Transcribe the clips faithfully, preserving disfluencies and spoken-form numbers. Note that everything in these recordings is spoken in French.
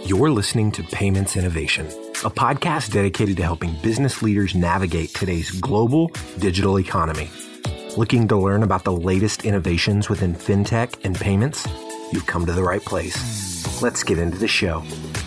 You're listening to Payments Innovation, a podcast dedicated to helping business leaders navigate today's global digital economy. Looking to learn about the latest innovations within fintech and payments? You've come to the right place. Let's get into the show.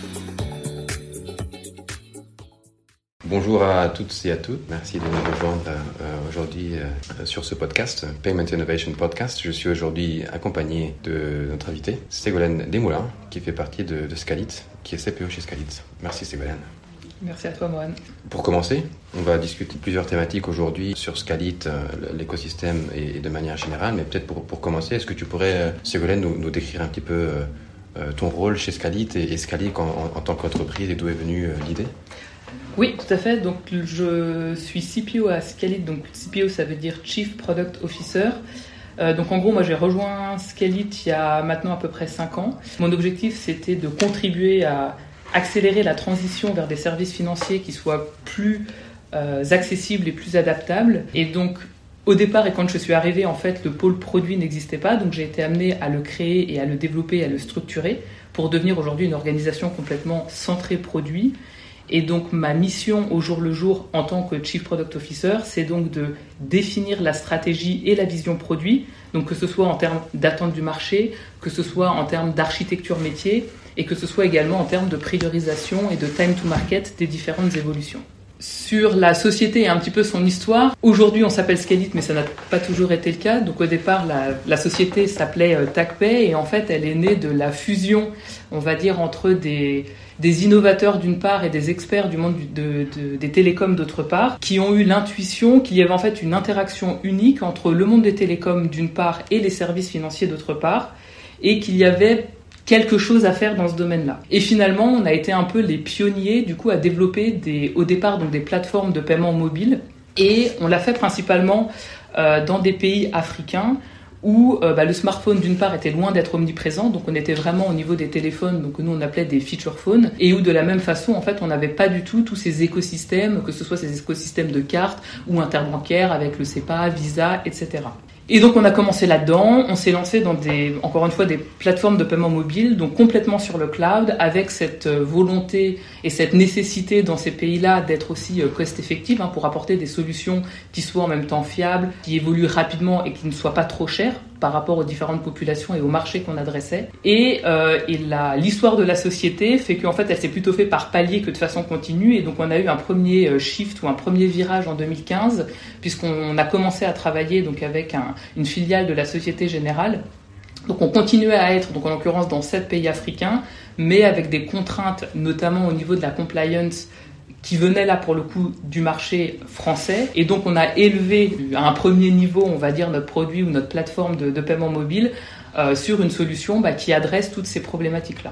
Bonjour à toutes et à tous. Merci de nous rejoindre euh, aujourd'hui euh, sur ce podcast, Payment Innovation Podcast. Je suis aujourd'hui accompagné de notre invité, Ségolène Desmoulins, qui fait partie de, de Scalit, qui est C P O chez Scalit. Merci Ségolène. Merci à toi, Mohan. Pour commencer, on va discuter de plusieurs thématiques aujourd'hui sur Scalit, euh, l'écosystème et, et de manière générale. Mais peut-être pour, pour commencer, est-ce que tu pourrais, euh, Ségolène, nous, nous décrire un petit peu euh, ton rôle chez Scalit et, et Scalit en, en, en tant qu'entreprise et d'où est venue euh, l'idée ? Oui, tout à fait. Donc, je suis C P O à Scalit. Donc, C P O, ça veut dire Chief Product Officer. Euh, donc, en gros, moi, j'ai rejoint Scalit il y a maintenant à peu près cinq ans. Mon objectif, c'était de contribuer à accélérer la transition vers des services financiers qui soient plus euh, accessibles et plus adaptables. Et donc, au départ, et quand je suis arrivée, en fait, le pôle produit n'existait pas. Donc, j'ai été amenée à le créer et à le développer, à le structurer pour devenir aujourd'hui une organisation complètement centrée produit. Et donc, ma mission au jour le jour en tant que Chief Product Officer, c'est donc de définir la stratégie et la vision produit, donc que ce soit en termes d'attente du marché, que ce soit en termes d'architecture métier, et que ce soit également en termes de priorisation et de time to market des différentes évolutions. Sur la société et un petit peu son histoire, aujourd'hui on s'appelle Scalit, mais ça n'a pas toujours été le cas. Donc au départ, la, la société s'appelait euh, TagPay, et en fait elle est née de la fusion, on va dire, entre des... des innovateurs d'une part et des experts du monde de, de, des télécoms d'autre part, qui ont eu l'intuition qu'il y avait en fait une interaction unique entre le monde des télécoms d'une part et les services financiers d'autre part, et qu'il y avait quelque chose à faire dans ce domaine-là. Et finalement, on a été un peu les pionniers du coup à développer des, au départ donc des plateformes de paiement mobile, et on l'a fait principalement euh, dans des pays africains, où euh, bah, le smartphone d'une part était loin d'être omniprésent, donc on était vraiment au niveau des téléphones, donc nous on appelait des feature phones, et où de la même façon en fait on n'avait pas du tout tous ces écosystèmes, que ce soit ces écosystèmes de cartes ou interbancaires avec le SEPA, Visa, et cetera. Et donc on a commencé là-dedans, on s'est lancé dans des, encore une fois, des plateformes de paiement mobile, donc complètement sur le cloud, avec cette volonté et cette nécessité dans ces pays-là d'être aussi cost-effective, hein, pour apporter des solutions qui soient en même temps fiables, qui évoluent rapidement et qui ne soient pas trop chères par rapport aux différentes populations et aux marchés qu'on adressait. Et, euh, et la, l'histoire de la société fait qu'en fait elle s'est plutôt fait par palier que de façon continue, et donc on a eu un premier shift ou un premier virage en deux mille quinze, puisqu'on a commencé à travailler donc avec un, une filiale de la Société Générale. Donc on continuait à être, donc en l'occurrence dans sept pays africains, mais avec des contraintes notamment au niveau de la compliance qui venait là pour le coup du marché français. Et donc on a élevé à un premier niveau, on va dire, notre produit ou notre plateforme de, de paiement mobile euh, sur une solution bah, qui adresse toutes ces problématiques-là.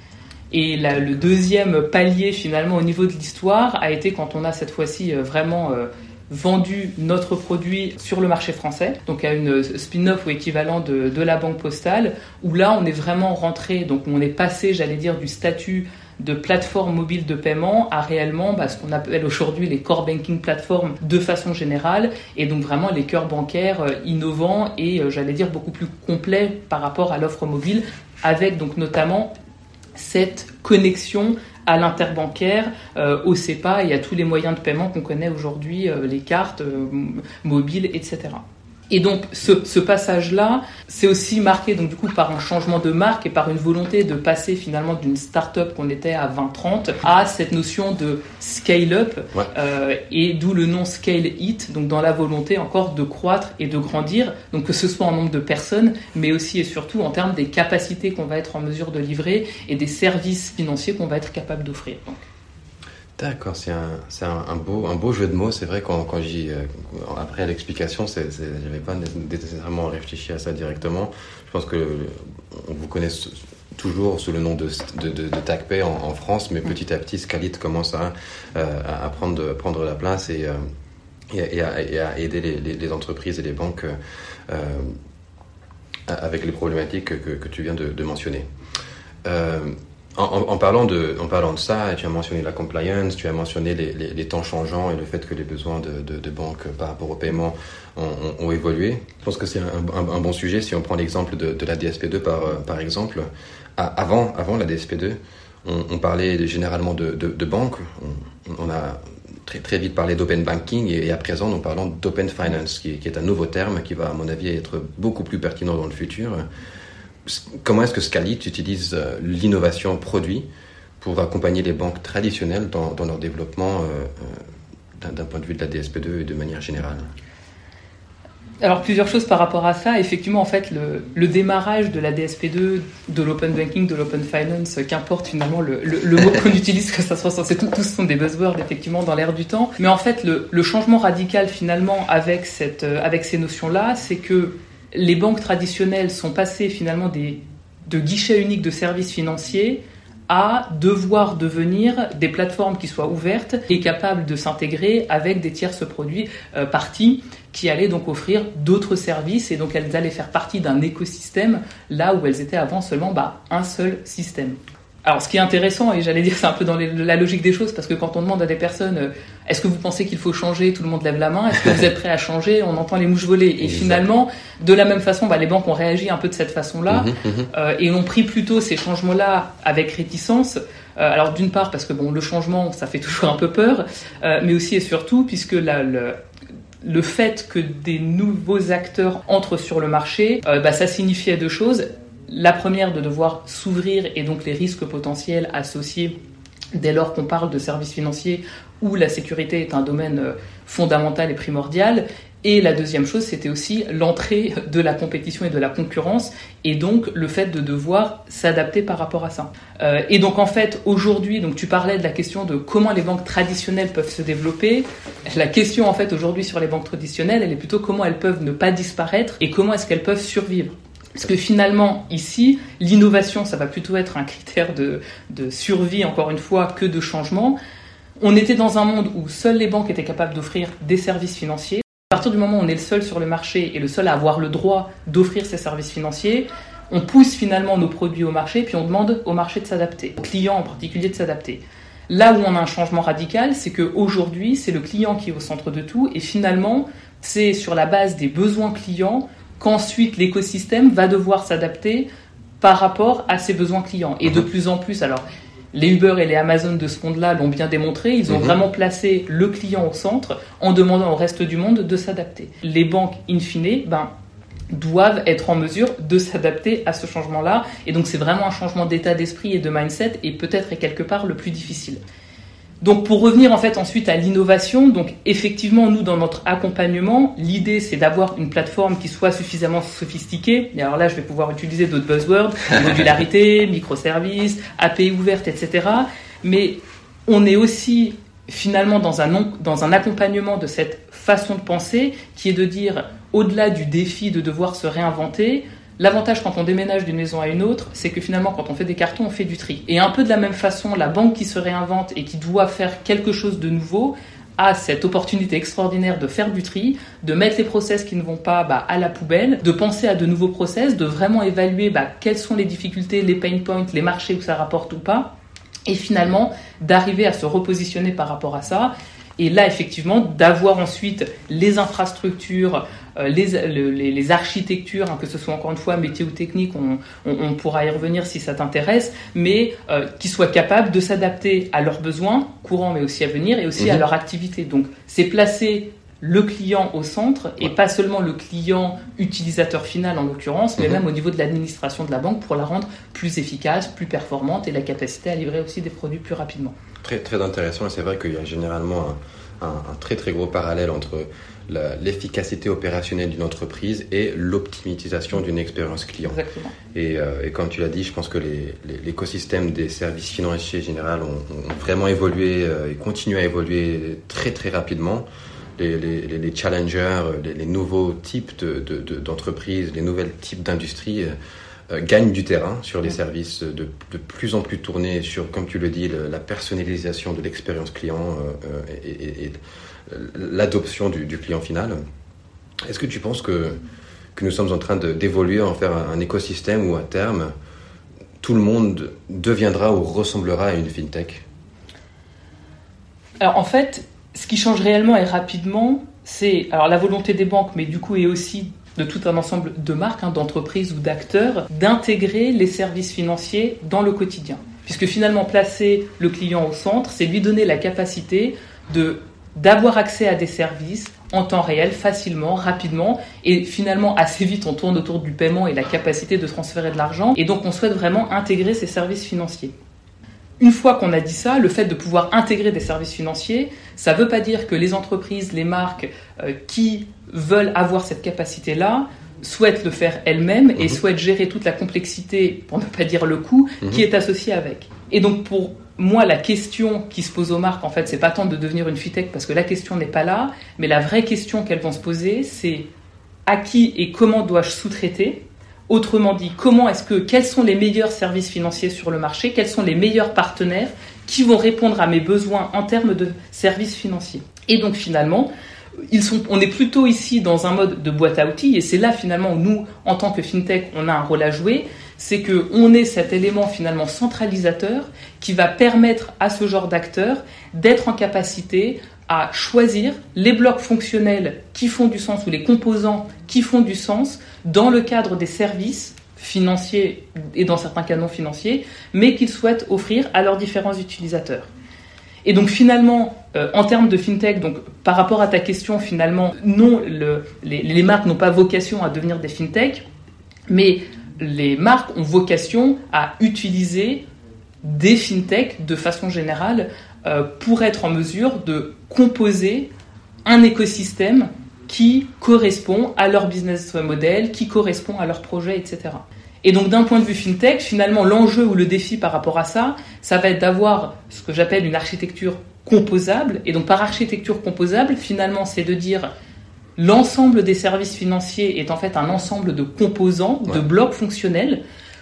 Et la, le deuxième palier finalement au niveau de l'histoire a été quand on a cette fois-ci euh, vraiment euh, vendu notre produit sur le marché français, donc à une spin-off ou équivalent de, de la Banque Postale, où là on est vraiment rentré, donc on est passé, j'allais dire, du statut de plateforme mobile de paiement à réellement bah, ce qu'on appelle aujourd'hui les core banking platforms de façon générale, et donc vraiment les cœurs bancaires euh, innovants et euh, j'allais dire beaucoup plus complets par rapport à l'offre mobile, avec donc notamment cette connexion à l'interbancaire, euh, au SEPA et à tous les moyens de paiement qu'on connaît aujourd'hui, euh, les cartes euh, mobiles, et cetera. Et donc ce, ce passage-là, c'est aussi marqué donc du coup par un changement de marque et par une volonté de passer finalement d'une start-up qu'on était à vingt trente à cette notion de scale-up, ouais. euh, et d'où le nom Scale It, donc dans la volonté encore de croître et de grandir, donc que ce soit en nombre de personnes, mais aussi et surtout en termes des capacités qu'on va être en mesure de livrer et des services financiers qu'on va être capable d'offrir. Donc. D'accord, c'est un, c'est un, un, beau, un beau jeu de mots. C'est vrai quand, quand j'y, euh, après l'explication, c'est, c'est, j'avais pas nécessairement réfléchi à ça directement. Je pense que on vous connaît toujours sous le nom de, de, de, de TagPay en, en France, mais petit à petit, Scalit commence à, euh, à prendre, prendre la place et, euh, et, et, à, et à aider les, les, les entreprises et les banques euh, avec les problématiques que, que tu viens de, de mentionner. Euh, En, en, parlant de, en parlant de ça, tu as mentionné la compliance, tu as mentionné les, les, les temps changeants et le fait que les besoins de, de, de banques par rapport au paiement ont, ont, ont évolué. Je pense que c'est un, un, un bon sujet. Si on prend l'exemple de, de la D S P deux par, par exemple, à, avant, avant la D S P deux, on, on parlait généralement de, de, de banques, on, on a très, très vite parlé d'open banking et, et à présent nous parlons d'open finance, qui, qui est un nouveau terme qui va à mon avis être beaucoup plus pertinent dans le futur. Comment est-ce que Scalit utilise l'innovation produit pour accompagner les banques traditionnelles dans, dans leur développement euh, d'un, d'un point de vue de la D S P deux et de manière générale? Alors plusieurs choses par rapport à ça. Effectivement, en fait, le, le démarrage de la D S P deux, de l'open banking, de l'open finance, qu'importe finalement le, le, le mot qu'on utilise, que ça soit censé, tous sont des buzzwords effectivement dans l'air du temps. Mais en fait, le, le changement radical finalement avec cette, avec ces notions-là, c'est que les banques traditionnelles sont passées finalement des, de guichets uniques de services financiers à devoir devenir des plateformes qui soient ouvertes et capables de s'intégrer avec des tierces produits euh, parties qui allaient donc offrir d'autres services et donc elles allaient faire partie d'un écosystème là où elles étaient avant seulement bah, un seul système. Alors ce qui est intéressant, et j'allais dire c'est un peu dans les, la logique des choses, parce que quand on demande à des personnes euh, est-ce que vous pensez qu'il faut changer, tout le monde lève la main, est-ce que vous êtes prêt à changer, on entend les mouches voler. Et finalement, de la même façon, bah, les banques ont réagi un peu de cette façon-là mmh, mmh. Euh, et ont pris plutôt ces changements-là avec réticence. Euh, alors d'une part parce que bon, le changement, ça fait toujours un peu peur, euh, mais aussi et surtout puisque la, le, le fait que des nouveaux acteurs entrent sur le marché, euh, bah, ça signifiait deux choses. La première, de devoir s'ouvrir et donc les risques potentiels associés dès lors qu'on parle de services financiers où la sécurité est un domaine fondamental et primordial. Et la deuxième chose, c'était aussi l'entrée de la compétition et de la concurrence et donc le fait de devoir s'adapter par rapport à ça. Euh, et donc en fait, aujourd'hui, donc tu parlais de la question de comment les banques traditionnelles peuvent se développer. La question en fait aujourd'hui sur les banques traditionnelles, elle est plutôt comment elles peuvent ne pas disparaître et comment est-ce qu'elles peuvent survivre. Parce que finalement, ici, l'innovation, ça va plutôt être un critère de, de survie, encore une fois, que de changement. On était dans un monde où seules les banques étaient capables d'offrir des services financiers. À partir du moment où on est le seul sur le marché et le seul à avoir le droit d'offrir ces services financiers, on pousse finalement nos produits au marché, puis on demande au marché de s'adapter, aux clients en particulier de s'adapter. Là où on a un changement radical, c'est qu'aujourd'hui, c'est le client qui est au centre de tout, et finalement, c'est sur la base des besoins clients qu'ensuite l'écosystème va devoir s'adapter par rapport à ses besoins clients. Et de plus en plus, alors les Uber et les Amazon de ce monde-là l'ont bien démontré, ils ont mmh. vraiment placé le client au centre en demandant au reste du monde de s'adapter. Les banques, in fine, ben, doivent être en mesure de s'adapter à ce changement-là. Et donc c'est vraiment un changement d'état d'esprit et de mindset et peut-être et quelque part le plus difficile. Donc pour revenir en fait ensuite à l'innovation, donc effectivement nous dans notre accompagnement, l'idée c'est d'avoir une plateforme qui soit suffisamment sophistiquée. Et alors là je vais pouvoir utiliser d'autres buzzwords, modularité, microservices, A P I ouverte, et cetera. Mais on est aussi finalement dans un, dans un accompagnement de cette façon de penser qui est de dire au-delà du défi de devoir se réinventer, l'avantage quand on déménage d'une maison à une autre, c'est que finalement, quand on fait des cartons, on fait du tri. Et un peu de la même façon, la banque qui se réinvente et qui doit faire quelque chose de nouveau a cette opportunité extraordinaire de faire du tri, de mettre les process qui ne vont pas bah, à la poubelle, de penser à de nouveaux process, de vraiment évaluer bah, quelles sont les difficultés, les pain points, les marchés où ça rapporte ou pas, et finalement d'arriver à se repositionner par rapport à ça. Et là, effectivement, d'avoir ensuite les infrastructures, euh, les, les, les architectures, hein, que ce soit encore une fois métier ou technique, on, on, on pourra y revenir si ça t'intéresse, mais euh, qui soient capables de s'adapter à leurs besoins courants, mais aussi à venir, et aussi mmh. à leur activité. Donc, c'est placer le client au centre, et pas seulement le client utilisateur final en l'occurrence, mais mmh. même au niveau de l'administration de la banque pour la rendre plus efficace, plus performante, et la capacité à livrer aussi des produits plus rapidement. Très, très intéressant, et c'est vrai qu'il y a généralement un, un, un très très gros parallèle entre la, l'efficacité opérationnelle d'une entreprise et l'optimisation d'une expérience client. Exactement. Et, euh, et comme tu l'as dit, je pense que les, les, l'écosystème des services financiers général ont, ont vraiment évolué euh, et continuent à évoluer très très rapidement. Les, les, les challengers, les, les nouveaux types de, de, de, d'entreprises, les nouveaux types d'industries euh, gagnent du terrain sur les services de, de plus en plus tournés sur, comme tu le dis, le, la personnalisation de l'expérience client euh, et, et, et l'adoption du, du client final. Est-ce que tu penses que, que nous sommes en train de, d'évoluer, en faire un, un écosystème où à terme, tout le monde deviendra ou ressemblera à une fintech ? Alors en fait, ce qui change réellement et rapidement, c'est alors la volonté des banques, mais du coup et aussi de tout un ensemble de marques, hein, d'entreprises ou d'acteurs, d'intégrer les services financiers dans le quotidien. puisque finalement placer le client au centre, c'est lui donner la capacité de, d'avoir accès à des services en temps réel, facilement, rapidement, et finalement assez vite on tourne autour du paiement et la capacité de transférer de l'argent, et donc on souhaite vraiment intégrer ces services financiers. Une fois qu'on a dit ça, le fait de pouvoir intégrer des services financiers, ça ne veut pas dire que les entreprises, les marques euh, qui veulent avoir cette capacité-là souhaitent le faire elles-mêmes et mmh. souhaitent gérer toute la complexité, pour ne pas dire le coût, mmh. qui est associée avec. Et donc pour moi, la question qui se pose aux marques, en fait, c'est pas tant de devenir une fintech parce que la question n'est pas là, mais la vraie question qu'elles vont se poser, c'est à qui et comment dois-je sous-traiter ? Autrement dit, comment est-ce que, quels sont les meilleurs services financiers sur le marché, quels sont les meilleurs partenaires qui vont répondre à mes besoins en termes de services financiers. Et donc finalement, ils sont, on est plutôt ici dans un mode de boîte à outils, et c'est là finalement où nous, en tant que fintech, on a un rôle à jouer, c'est qu'on est cet élément finalement centralisateur qui va permettre à ce genre d'acteurs d'être en capacité à choisir les blocs fonctionnels qui font du sens ou les composants qui font du sens dans le cadre des services financiers et dans certains cas non financiers, mais qu'ils souhaitent offrir à leurs différents utilisateurs. Et donc finalement, euh, en termes de fintech, donc par rapport à ta question, finalement, non, le, les, les marques n'ont pas vocation à devenir des fintech, mais les marques ont vocation à utiliser des fintech de façon générale euh, pour être en mesure de composer un écosystème qui correspond à leur business model, qui correspond à leur projet, et cetera. Et donc d'un point de vue fintech, finalement l'enjeu ou le défi par rapport à ça, ça va être d'avoir ce que j'appelle une architecture composable. Et donc par architecture composable, finalement c'est de dire l'ensemble des services financiers est en fait un ensemble de composants, ouais. de blocs fonctionnels,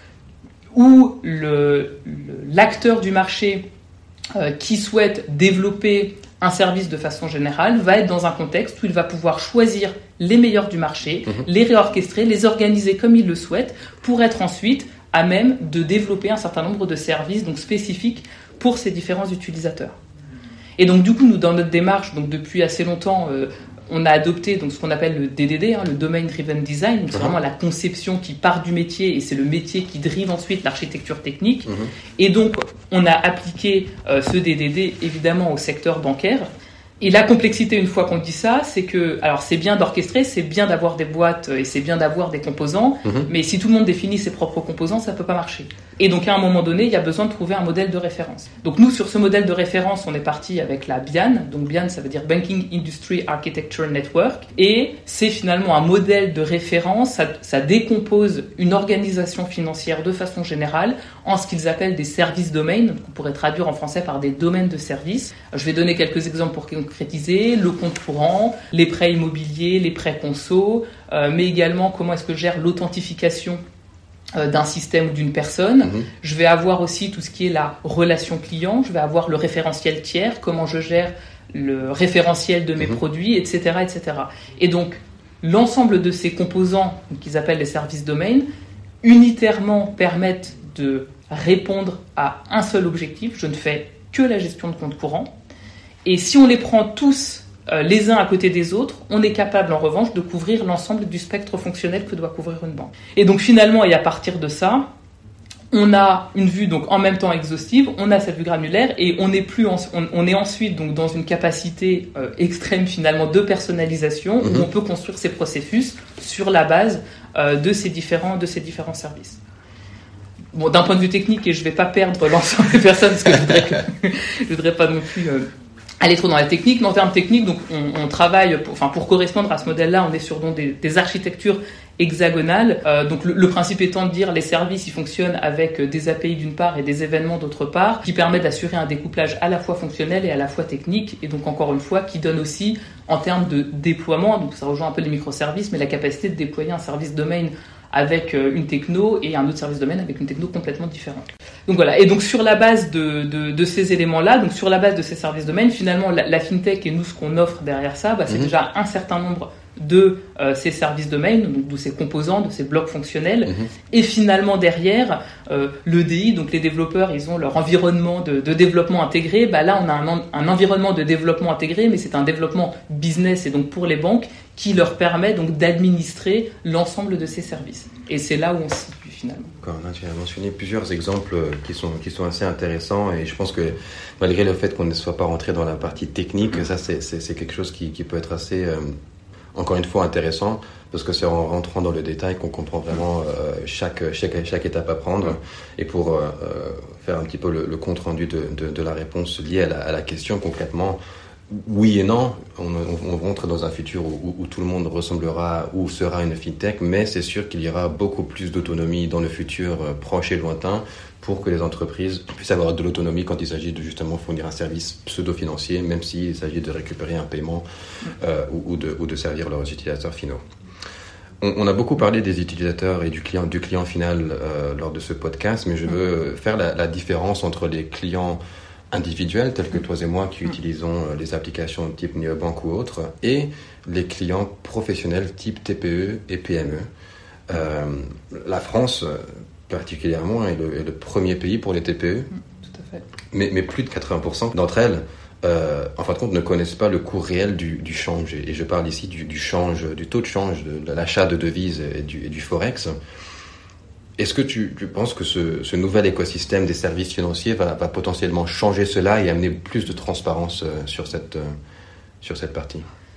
où le, le, l'acteur du marché euh, qui souhaite développer un service de façon générale va être dans un contexte où il va pouvoir choisir les meilleurs du marché, mmh. les réorchestrer, les organiser comme il le souhaite, pour être ensuite à même de développer un certain nombre de services donc spécifiques pour ces différents utilisateurs. Et donc du coup, nous, dans notre démarche, donc depuis assez longtemps, euh, on a adopté donc, ce qu'on appelle le D D D, hein, le Domain Driven Design. Donc, c'est mmh. vraiment la conception qui part du métier et c'est le métier qui drive ensuite l'architecture technique. Mmh. Et donc, on a appliqué euh, ce D D D évidemment au secteur bancaire. Et la complexité, une fois qu'on dit ça, c'est que, alors c'est bien d'orchestrer, c'est bien d'avoir des boîtes et c'est bien d'avoir des composants, mmh. mais si tout le monde définit ses propres composants, ça ne peut pas marcher. Et donc à un moment donné, il y a besoin de trouver un modèle de référence. Donc nous, sur ce modèle de référence, on est parti avec la B I A N. Donc B I A N, ça veut dire Banking Industry Architecture Network. Et c'est finalement un modèle de référence, ça, ça décompose une organisation financière de façon générale en ce qu'ils appellent des services domaines, qu'on pourrait traduire en français par des domaines de services. Je vais donner quelques exemples pour concrétiser, le compte courant, les prêts immobiliers, les prêts conso, euh, mais également comment est-ce que je gère l'authentification euh, d'un système ou d'une personne. Mmh. Je vais avoir aussi tout ce qui est la relation client, je vais avoir le référentiel tiers, comment je gère le référentiel de mes mmh. produits, et cetera, et cetera. Et donc, l'ensemble de ces composants, qu'ils appellent les services domaines, unitairement permettent de répondre à un seul objectif. Je ne fais que la gestion de compte courant. Et si on les prend tous euh, les uns à côté des autres, on est capable en revanche de couvrir l'ensemble du spectre fonctionnel que doit couvrir une banque. Et donc finalement, et à partir de ça, on a une vue donc en même temps exhaustive, on a cette vue granulaire et on est plus en, on, on est ensuite donc dans une capacité euh, extrême finalement de personnalisation mmh. où on peut construire ces processus sur la base euh, de ces différents de ces différents services. Bon, d'un point de vue technique, et je ne vais pas perdre l'ensemble des personnes parce que je voudrais que, je voudrais pas non plus euh, aller trop dans la technique, mais en termes techniques, donc on, on travaille, pour, enfin pour correspondre à ce modèle-là, on est sur donc des, des architectures hexagonales. Euh, donc le, le principe étant de dire les services, ils fonctionnent avec des A P I d'une part et des événements d'autre part, qui permettent d'assurer un découplage à la fois fonctionnel et à la fois technique, et donc encore une fois qui donne aussi en termes de déploiement, donc ça rejoint un peu les microservices, mais la capacité de déployer un service domaine avec une techno et un autre service domaine avec une techno complètement différente. Donc voilà, et donc sur la base de, de, de ces éléments-là, donc sur la base de ces services domaines, finalement la, la fintech et nous ce qu'on offre derrière ça, bah, c'est mmh. déjà un certain nombre de euh, ces services domaines, donc de ces composants, de ces blocs fonctionnels, mmh. et finalement derrière euh, l'E D I, donc les développeurs, ils ont leur environnement de, de développement intégré. Bah là, on a un, un environnement de développement intégré, mais c'est un développement business et donc pour les banques qui leur permet donc d'administrer l'ensemble de ces services. Et c'est là où on se situe. finalement. Quand tu as mentionné plusieurs exemples qui sont, qui sont assez intéressants et je pense que malgré le fait qu'on ne soit pas rentré dans la partie technique, ça c'est, c'est, c'est quelque chose qui, qui peut être assez, euh, encore une fois, intéressant parce que c'est en rentrant dans le détail qu'on comprend vraiment euh, chaque, chaque, chaque étape à prendre et pour euh, faire un petit peu le, le compte rendu de, de, de la réponse liée à la, à la question concrètement. Oui et non, on, on, on rentre dans un futur où, où, où tout le monde ressemblera ou sera une fintech, mais c'est sûr qu'il y aura beaucoup plus d'autonomie dans le futur euh, proche et lointain pour que les entreprises puissent avoir de l'autonomie quand il s'agit de justement fournir un service pseudo-financier, même s'il s'agit de récupérer un paiement euh, ou, ou, de, ou de servir leurs utilisateurs finaux. On, on a beaucoup parlé des utilisateurs et du client, du client final euh, lors de ce podcast, mais je veux faire la, la différence entre les clients individuels tels que toi et moi qui utilisons les applications type néobanque ou autres et les clients professionnels type T P E et P M E. Euh, la France particulièrement est le, est le premier pays pour les T P E, Tout à fait. Mais, mais plus de quatre-vingts pour cent d'entre elles euh, en fin de compte ne connaissent pas le coût réel du, du change et je parle ici du, du change, du taux de change, de, de l'achat de devises et du, et du forex. Est-ce que tu, tu penses que ce, ce nouvel écosystème des services financiers va, va potentiellement changer cela et amener plus de transparence euh, sur, cette, euh, sur cette partie ?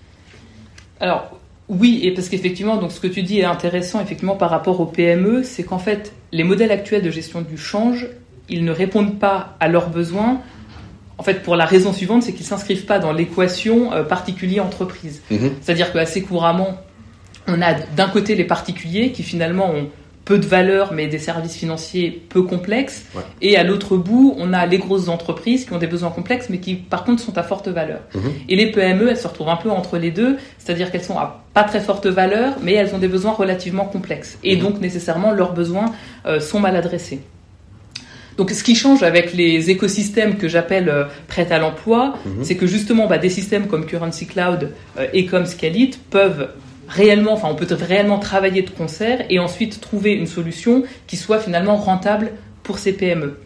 Alors, oui, et parce qu'effectivement, donc ce que tu dis est intéressant effectivement par rapport aux P M E, c'est qu'en fait, les modèles actuels de gestion du change, ils ne répondent pas à leurs besoins. En fait, pour la raison suivante, c'est qu'ils ne s'inscrivent pas dans l'équation euh, particulier-entreprise. Mmh. C'est-à-dire qu'assez couramment, on a d'un côté les particuliers qui finalement ont peu de valeur, mais des services financiers peu complexes. Ouais. Et à l'autre bout, on a les grosses entreprises qui ont des besoins complexes, mais qui, par contre, sont à forte valeur. Mmh. Et les P M E, elles se retrouvent un peu entre les deux, c'est-à-dire qu'elles sont à pas très forte valeur, mais elles ont des besoins relativement complexes. Et mmh. donc, nécessairement, leurs besoins euh, sont mal adressés. Donc, ce qui change avec les écosystèmes que j'appelle euh, prêts à l'emploi, mmh. c'est que justement, bah, des systèmes comme Currency Cloud euh, et comme Scalit peuvent réellement, enfin, on peut réellement travailler de concert et ensuite trouver une solution qui soit finalement rentable pour ces P M E.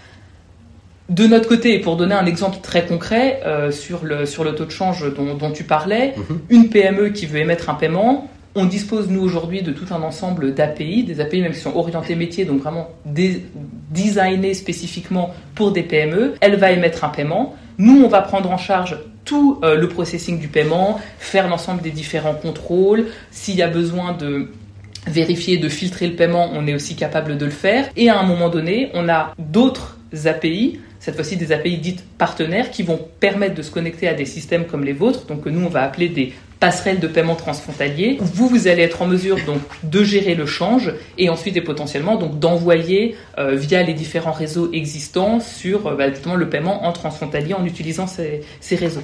De notre côté, et pour donner un exemple très concret euh, sur, le, sur le taux de change dont, dont tu parlais, mmh. une P M E qui veut émettre un paiement, on dispose, nous, aujourd'hui, de tout un ensemble d'A P I, des A P I même qui sont orientés métiers, donc vraiment dé- designés spécifiquement pour des P M E. Elle va émettre un paiement. Nous, on va prendre en charge tout euh, le processing du paiement, faire l'ensemble des différents contrôles. S'il y a besoin de vérifier, de filtrer le paiement, on est aussi capable de le faire. Et à un moment donné, on a d'autres A P I, cette fois-ci des A P I dites partenaires, qui vont permettre de se connecter à des systèmes comme les vôtres, donc que nous, on va appeler des passerelles de paiement transfrontalier. Vous, vous allez être en mesure donc de gérer le change et ensuite et potentiellement donc d'envoyer euh, via les différents réseaux existants sur euh, bah, justement le paiement en transfrontalier en utilisant ces, ces réseaux.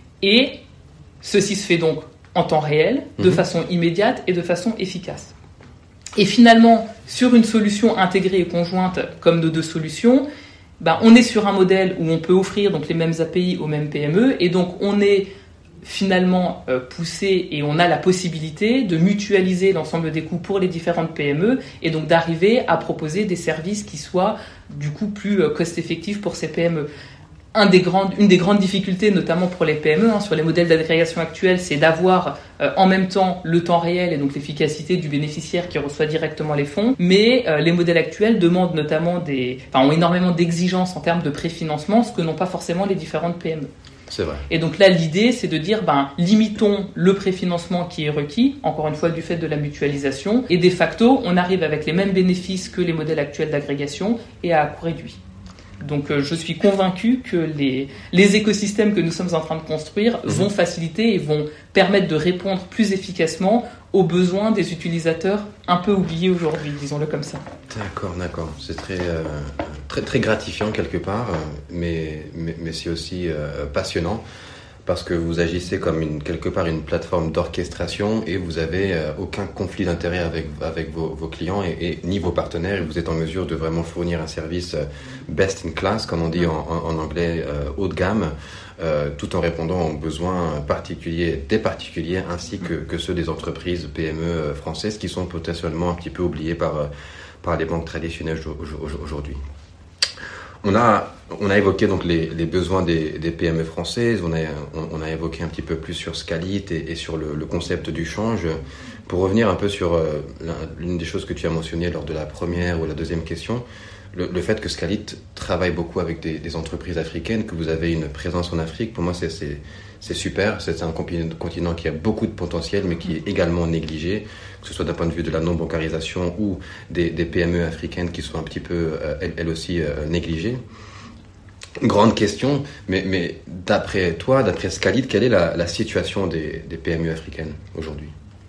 Et ceci se fait donc en temps réel, de mmh. façon immédiate et de façon efficace. Et finalement, sur une solution intégrée et conjointe comme nos deux solutions, bah, on est sur un modèle où on peut offrir donc les mêmes A P I aux mêmes P M E et donc on est finalement euh, poussé et on a la possibilité de mutualiser l'ensemble des coûts pour les différentes P M E et donc d'arriver à proposer des services qui soient du coup plus euh, cost-effectifs pour ces P M E. Un des grandes, une des grandes difficultés, notamment pour les P M E, hein, sur les modèles d'agrégation actuels, c'est d'avoir euh, en même temps le temps réel et donc l'efficacité du bénéficiaire qui reçoit directement les fonds. Mais euh, les modèles actuels demandent notamment des, enfin, ont énormément d'exigences en termes de préfinancement, ce que n'ont pas forcément les différentes P M E. C'est vrai. Et donc là, l'idée, c'est de dire, ben, limitons le préfinancement qui est requis, encore une fois du fait de la mutualisation, et de facto, on arrive avec les mêmes bénéfices que les modèles actuels d'agrégation et à coût réduit. Donc euh, je suis convaincu que les, les écosystèmes que nous sommes en train de construire mmh. vont faciliter et vont permettre de répondre plus efficacement aux besoins des utilisateurs un peu oubliés aujourd'hui, disons-le comme ça. D'accord, d'accord. C'est très, euh, très, très gratifiant quelque part, mais, mais, mais c'est aussi euh, passionnant parce que vous agissez comme une, quelque part une plateforme d'orchestration et vous n'avez euh, aucun conflit d'intérêt avec, avec vos, vos clients et, et ni vos partenaires et vous êtes en mesure de vraiment fournir un service euh, best in class, comme on dit en, en, en anglais, euh, haut de gamme, euh, tout en répondant aux besoins particuliers des particuliers ainsi que, que ceux des entreprises P M E françaises qui sont potentiellement un petit peu oubliées par, par les banques traditionnelles aujourd'hui. On a, on a évoqué donc les, les besoins des, des P M E françaises, on a, on, on a évoqué un petit peu plus sur Scalit et, et sur le, le concept du change. Pour revenir un peu sur euh, l'une des choses que tu as mentionnées lors de la première ou la deuxième question, le, le fait que Scalit travaille beaucoup avec des, des entreprises africaines, que vous avez une présence en Afrique, pour moi c'est, c'est, c'est super. C'est un continent qui a beaucoup de potentiel, mais qui est également négligé, que ce soit d'un point de vue de la non-bancarisation ou des, des P M E africaines qui sont un petit peu, euh, elles, elles aussi, euh, négligées. Grande question, mais, mais d'après toi, d'après Scalit, quelle est la, la situation des, des P M E africaines aujourd'hui ?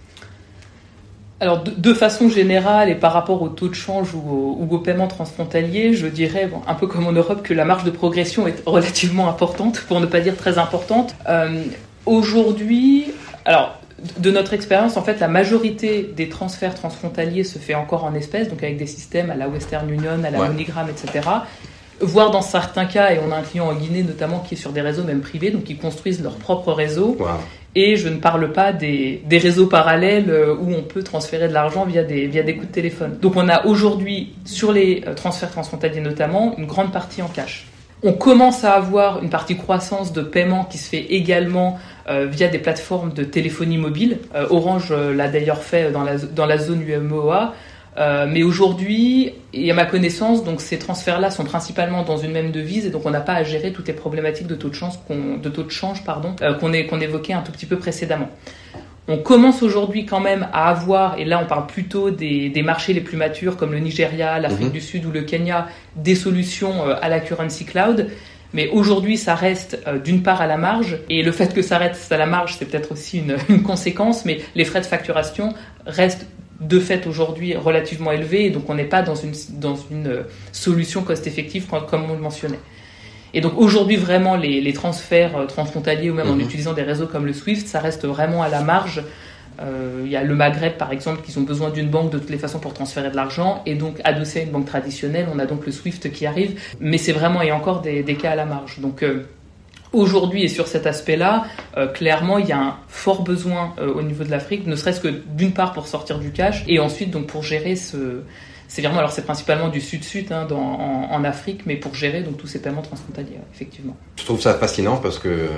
Alors, de, de façon générale et par rapport au taux de change ou au, ou au paiement transfrontalier, je dirais, bon, un peu comme en Europe, que la marge de progression est relativement importante, pour ne pas dire très importante. Euh, aujourd'hui, alors, de notre expérience, en fait, la majorité des transferts transfrontaliers se fait encore en espèces, donc avec des systèmes à la Western Union, à la ouais. MoneyGram, et cetera. Voire dans certains cas, et on a un client en Guinée notamment qui est sur des réseaux même privés, donc ils construisent leur propre réseau. Wow. Et je ne parle pas des, des réseaux parallèles où on peut transférer de l'argent via des, via des coups de téléphone. Donc on a aujourd'hui, sur les transferts transfrontaliers notamment, une grande partie en cash. On commence à avoir une partie croissance de paiement qui se fait également euh, via des plateformes de téléphonie mobile. Euh, Orange euh, l'a d'ailleurs fait dans la, dans la zone U M O A. Euh, mais aujourd'hui, et à ma connaissance, donc ces transferts-là sont principalement dans une même devise et donc on n'a pas à gérer toutes les problématiques de taux de change qu'on, de taux de change, pardon, euh, qu'on, est, qu'on évoquait un tout petit peu précédemment. On commence aujourd'hui quand même à avoir, et là on parle plutôt des, des marchés les plus matures comme le Nigeria, l'Afrique mmh. du Sud ou le Kenya, des solutions euh, à la currency cloud. Mais aujourd'hui, ça reste euh, d'une part à la marge, et le fait que ça reste à la marge, c'est peut-être aussi une, une conséquence, mais les frais de facturation restent de fait aujourd'hui relativement élevé, et donc on n'est pas dans une, dans une solution cost-effective comme on le mentionnait. Et donc aujourd'hui vraiment les, les transferts transfrontaliers ou même mmh. en utilisant des réseaux comme le Swift, ça reste vraiment à la marge. Euh, il y a le Maghreb par exemple qui ont besoin d'une banque de toutes les façons pour transférer de l'argent, et donc adossé à une banque traditionnelle, on a donc le Swift qui arrive, mais c'est vraiment et encore des, des cas à la marge. Donc euh, aujourd'hui, et sur cet aspect-là, euh, clairement, il y a un fort besoin euh, au niveau de l'Afrique, ne serait-ce que d'une part pour sortir du cash, et ensuite donc pour gérer ce... C'est vraiment, alors c'est principalement du sud-sud hein, dans, en, en Afrique, mais pour gérer donc tous ces paiements transfrontaliers, effectivement. Je trouve ça fascinant parce que euh,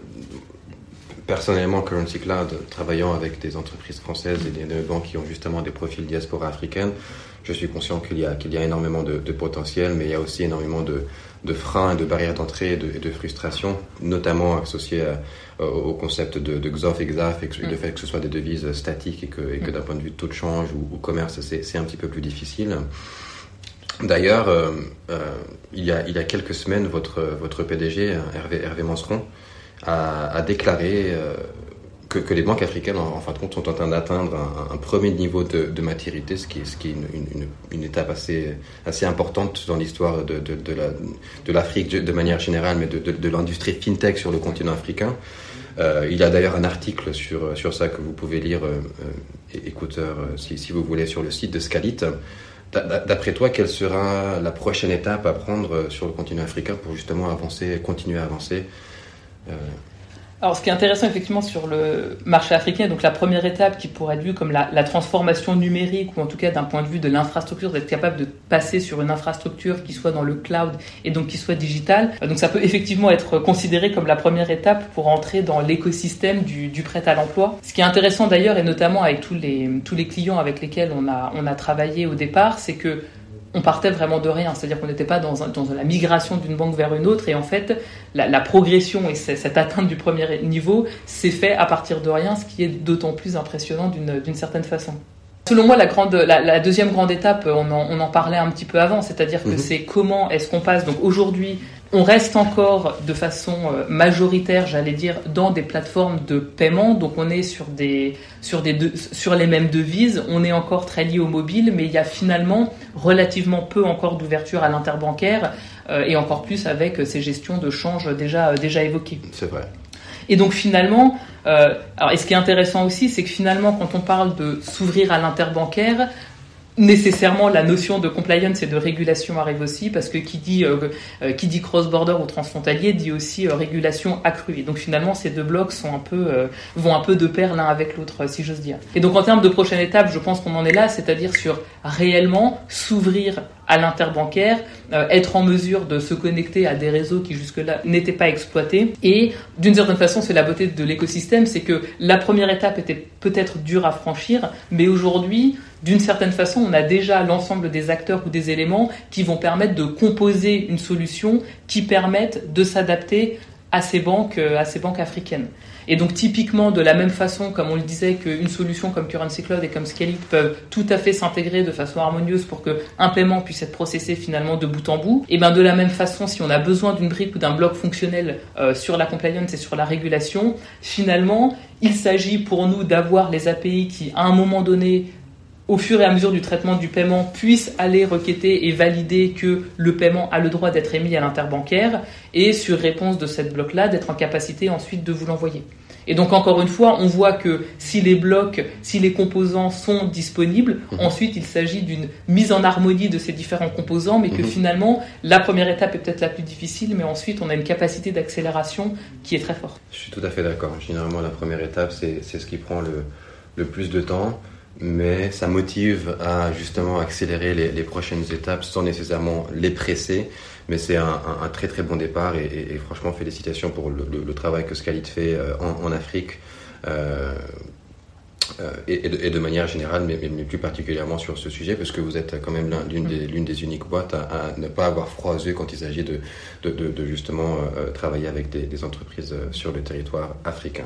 personnellement, Currency Cloud, travaillant avec des entreprises françaises et des, des banques qui ont justement des profils diaspora africaine, je suis conscient qu'il y a, qu'il y a énormément de, de potentiel, mais il y a aussi énormément de, de freins, de barrières d'entrée et de, de frustrations, notamment associées à, au concept de, de X O F et X A F, et que, mm. le fait que ce soit des devises statiques et que, et que mm. d'un point de vue de taux de change ou, ou commerce, c'est, c'est un petit peu plus difficile. D'ailleurs, euh, euh, il, y a, il y a quelques semaines, votre, votre P D G, Hervé, Hervé Manceron, a, a déclaré euh, que, que les banques africaines, en, en fin de compte, sont en train d'atteindre un, un premier niveau de, de maturité, ce qui est, ce qui est une, une, une étape assez, assez importante dans l'histoire de, de, de, la, de l'Afrique de manière générale, mais de, de, de l'industrie fintech sur le continent africain. Euh, il y a d'ailleurs un article sur, sur ça que vous pouvez lire, euh, écouteurs, si, si vous voulez, sur le site de Scalit. D'après toi, quelle sera la prochaine étape à prendre sur le continent africain pour justement avancer, continuer à avancer euh... Alors, ce qui est intéressant effectivement sur le marché africain, donc la première étape qui pourrait être vue comme la, la transformation numérique, ou en tout cas d'un point de vue de l'infrastructure, d'être capable de passer sur une infrastructure qui soit dans le cloud et donc qui soit digitale. Donc ça peut effectivement être considéré comme la première étape pour entrer dans l'écosystème du, du prêt à l'emploi. Ce qui est intéressant d'ailleurs, et notamment avec tous les, tous les clients avec lesquels on a, on a travaillé au départ, c'est que on partait vraiment de rien, c'est-à-dire qu'on n'était pas dans, un, dans la migration d'une banque vers une autre, et en fait, la, la progression et cette atteinte du premier niveau s'est fait à partir de rien, ce qui est d'autant plus impressionnant d'une, d'une certaine façon. Selon moi, la, grande, la, la deuxième grande étape, on en, on en parlait un petit peu avant, c'est-à-dire que mmh. c'est comment est-ce qu'on passe, donc aujourd'hui, on reste encore de façon majoritaire, j'allais dire, dans des plateformes de paiement. Donc on est sur des sur des de, sur les mêmes devises. On est encore très lié au mobile, mais il y a finalement relativement peu encore d'ouverture à l'interbancaire euh, et encore plus avec ces gestions de change déjà déjà évoquées. C'est vrai. Et donc finalement, euh, alors et ce qui est intéressant aussi, c'est que finalement, quand on parle de s'ouvrir à l'interbancaire, nécessairement, la notion de compliance et de régulation arrive aussi, parce que qui dit, euh, euh, qui dit cross-border ou transfrontalier dit aussi euh, régulation accrue. Et donc finalement, ces deux blocs sont un peu, euh, vont un peu de pair l'un avec l'autre, si j'ose dire. Et donc en termes de prochaine étape, je pense qu'on en est là, c'est-à-dire sur réellement s'ouvrir à l'interbancaire, euh, être en mesure de se connecter à des réseaux qui jusque-là n'étaient pas exploités. Et d'une certaine façon, c'est la beauté de l'écosystème, c'est que la première étape était peut-être dure à franchir, mais aujourd'hui, d'une certaine façon, on a déjà l'ensemble des acteurs ou des éléments qui vont permettre de composer une solution qui permette de s'adapter à ces banques, à ces banques africaines. Et donc typiquement, de la même façon, comme on le disait, qu'une solution comme Currency Cloud et comme Scale It peuvent tout à fait s'intégrer de façon harmonieuse pour qu'un paiement puisse être processé finalement de bout en bout, et bien de la même façon, si on a besoin d'une brique ou d'un bloc fonctionnel euh, sur la compliance et sur la régulation, finalement, il s'agit pour nous d'avoir les A P I qui, à un moment donné, au fur et à mesure du traitement du paiement, puissent aller requêter et valider que le paiement a le droit d'être émis à l'interbancaire et, sur réponse de cette bloc-là, d'être en capacité ensuite de vous l'envoyer. Et donc, encore une fois, on voit que si les blocs, si les composants sont disponibles, mmh. ensuite, il s'agit d'une mise en harmonie de ces différents composants, mais que mmh. finalement, la première étape est peut-être la plus difficile, mais ensuite, on a une capacité d'accélération qui est très forte. Je suis tout à fait d'accord. Généralement, la première étape, c'est, c'est ce qui prend le, le plus de temps. Mais ça motive à justement accélérer les, les prochaines étapes sans nécessairement les presser. Mais c'est un, un, un très très bon départ et, et, et franchement félicitations pour le, le, le travail que Scale It fait en, en Afrique euh, euh, et, et, de, et de manière générale, mais, mais plus particulièrement sur ce sujet, parce que vous êtes quand même l'une des, l'une des uniques boîtes à, à ne pas avoir froid aux yeux quand il s'agit de, de, de, de justement euh, travailler avec des, des entreprises sur le territoire africain.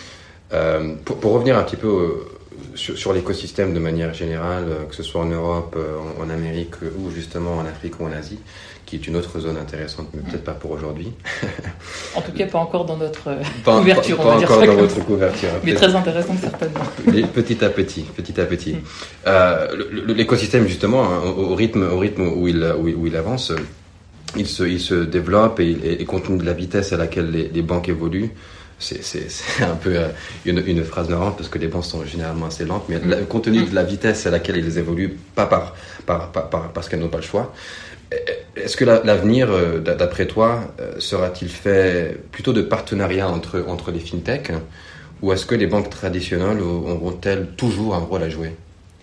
Euh, pour, pour revenir un petit peu au, Sur, sur l'écosystème de manière générale, que ce soit en Europe, en, en Amérique ou justement en Afrique ou en Asie, qui est une autre zone intéressante, mais peut-être pas pour aujourd'hui. En tout cas, pas encore dans notre pas, couverture, pas, on va pas dire encore ça dans comme votre ça. couverture. Mais très intéressante certainement. Et petit à petit, petit à petit. Mm. Euh, le, l'écosystème justement, hein, au, au rythme, au rythme où il, où il, où il avance, il se, il se développe et, et, et compte tenu de la vitesse à laquelle les, les banques évoluent. C'est, c'est, c'est un peu euh, une, une phrase marrante parce que les banques sont généralement assez lentes, mais la, compte tenu de la vitesse à laquelle elles évoluent, pas par, par, par, par, parce qu'elles n'ont pas le choix, est-ce que la, l'avenir, d'après toi, sera-t-il fait plutôt de partenariat entre, entre les fintechs ou est-ce que les banques traditionnelles auront-elles toujours un rôle à jouer ?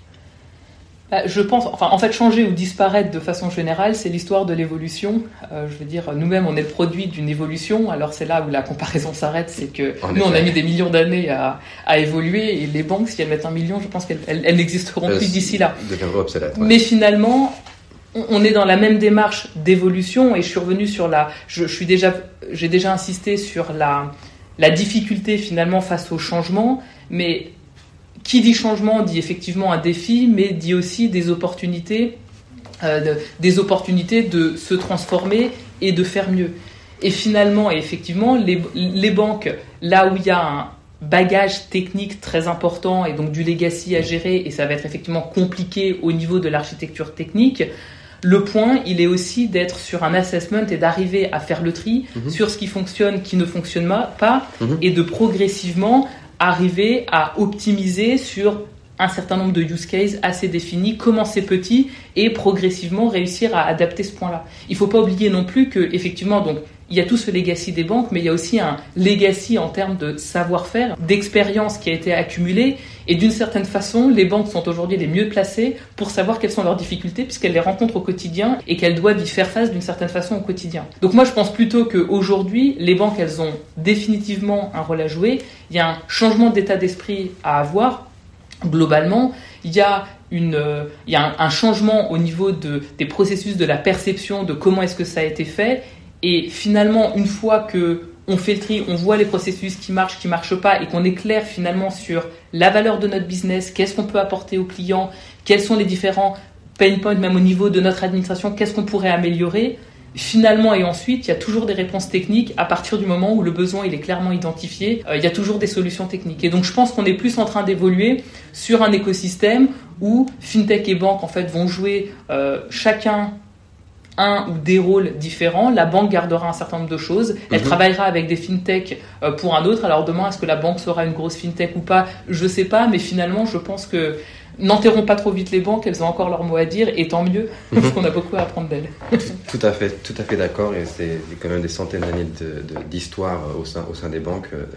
Je pense, enfin, en fait, changer ou disparaître de façon générale, c'est l'histoire de l'évolution. Euh, je veux dire, nous-mêmes, on est le produit d'une évolution. Alors, c'est là où la comparaison s'arrête, c'est que en nous, effet. on a mis des millions d'années à, à évoluer, et les banques, si elles mettent un million, je pense qu'elles elles, elles n'existeront euh, plus d'ici là. Obsolète, ouais. Mais finalement, on, on est dans la même démarche d'évolution, et je suis revenu sur la, je, je suis déjà, j'ai déjà insisté sur la, la difficulté finalement face au changement, mais qui dit changement dit effectivement un défi, mais dit aussi des opportunités, euh, de, des opportunités de se transformer et de faire mieux. Et finalement, et effectivement, les, les banques, là où il y a un bagage technique très important et donc du legacy à gérer, et ça va être effectivement compliqué au niveau de l'architecture technique, le point, il est aussi d'être sur un assessment et d'arriver à faire le tri mmh. sur ce qui fonctionne, qui ne fonctionne pas, mmh. et de progressivement arriver à optimiser sur un certain nombre de use cases assez définis, commencer petit et progressivement réussir à adapter ce point-là. Il ne faut pas oublier non plus qu'effectivement, donc, il y a tout ce legacy des banques, mais il y a aussi un legacy en termes de savoir-faire, d'expérience qui a été accumulée. Et d'une certaine façon, les banques sont aujourd'hui les mieux placées pour savoir quelles sont leurs difficultés, puisqu'elles les rencontrent au quotidien et qu'elles doivent y faire face d'une certaine façon au quotidien. Donc moi, je pense plutôt qu'aujourd'hui, les banques, elles ont définitivement un rôle à jouer. Il y a un changement d'état d'esprit à avoir. Globalement, il y a Une, euh, il y a un, un changement au niveau de, des processus de la perception de comment est-ce que ça a été fait. Et finalement, une fois qu'on fait le tri, on voit les processus qui marchent, qui ne marchent pas, et qu'on est clair finalement sur la valeur de notre business, qu'est-ce qu'on peut apporter aux clients, quels sont les différents pain points, même au niveau de notre administration, qu'est-ce qu'on pourrait améliorer. Finalement, et ensuite, il y a toujours des réponses techniques à partir du moment où le besoin il est clairement identifié. Euh, il y a toujours des solutions techniques. Et donc, je pense qu'on est plus en train d'évoluer sur un écosystème où FinTech et banques en fait, vont jouer euh, chacun un ou des rôles différents. La banque gardera un certain nombre de choses. Elle mmh. travaillera avec des FinTech euh, pour un autre. Alors demain, est-ce que la banque sera une grosse FinTech ou pas ? Je ne sais pas, mais finalement, je pense que n'enterrons pas trop vite les banques, elles ont encore leur mot à dire, et tant mieux, mmh. parce qu'on a beaucoup à apprendre d'elles. Tout à fait, tout à fait d'accord, et c'est quand même des centaines d'années de, de, d'histoire au sein, au sein des banques, euh,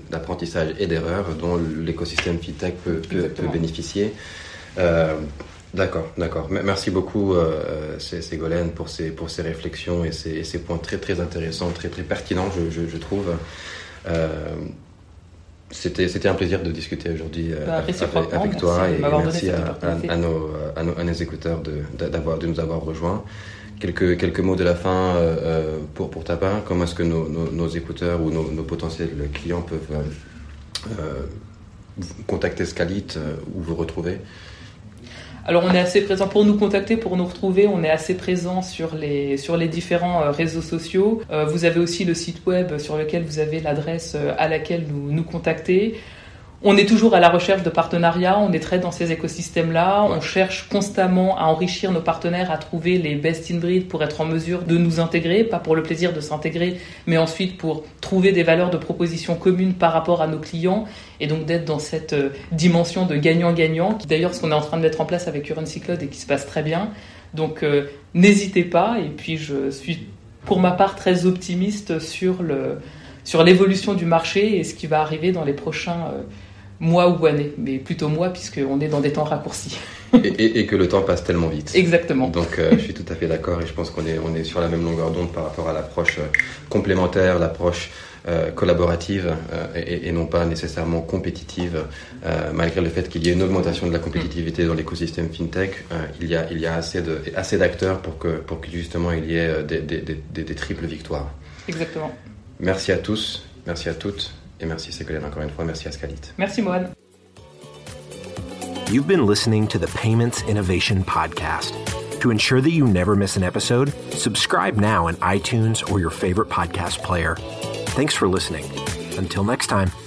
d'apprentissage et d'erreurs, dont l'écosystème FinTech peut, peut, peut bénéficier. Euh, D'accord, d'accord. Merci beaucoup, euh, Ségolène, pour ces, pour ces réflexions et ces, ces points très, très intéressants, très, très pertinents, je, je, je trouve. Euh, c'était, c'était un plaisir de discuter aujourd'hui euh, bah, avec, avec toi et merci à, à, à, nos, à, nos, à nos écouteurs de, d'avoir, de nous avoir rejoints. Quelques, quelques mots de la fin euh, pour, pour ta part. Comment est-ce que nos, nos, nos écouteurs ou nos, nos potentiels clients peuvent euh, euh, contacter Scalit euh, ou vous retrouver? Alors on est assez présent pour nous contacter, pour nous retrouver, on est assez présent sur les, sur les différents euh, réseaux sociaux. Euh, vous avez aussi le site web sur lequel vous avez l'adresse euh, à laquelle nous, nous contacter. On est toujours à la recherche de partenariats, on est très dans ces écosystèmes-là, on cherche constamment à enrichir nos partenaires, à trouver les best in breed pour être en mesure de nous intégrer, pas pour le plaisir de s'intégrer, mais ensuite pour trouver des valeurs de proposition communes par rapport à nos clients, et donc d'être dans cette dimension de gagnant-gagnant, qui d'ailleurs ce qu'on est en train de mettre en place avec Currency Cloud et qui se passe très bien. Donc euh, n'hésitez pas, et puis je suis pour ma part très optimiste sur, le, sur l'évolution du marché et ce qui va arriver dans les prochains euh, mois ou années, mais plutôt mois puisqu'on est dans des temps raccourcis. et, et, et que le temps passe tellement vite. Exactement. Donc euh, je suis tout à fait d'accord et je pense qu'on est, on est sur la même longueur d'onde par rapport à l'approche euh, complémentaire, l'approche euh, collaborative euh, et, et non pas nécessairement compétitive. Euh, malgré le fait qu'il y ait une augmentation de la compétitivité dans l'écosystème FinTech, euh, il y a, il y a assez, de, assez d'acteurs pour que, pour que justement il y ait des, des, des, des triples victoires. Exactement. Merci à tous, merci à toutes. Et merci Ségolène encore une fois, merci à Scalit. Merci Mohan. You've been listening to the Payments Innovation Podcast. To ensure that you never miss an episode, subscribe now in iTunes or your favorite podcast player. Thanks for listening. Until next time.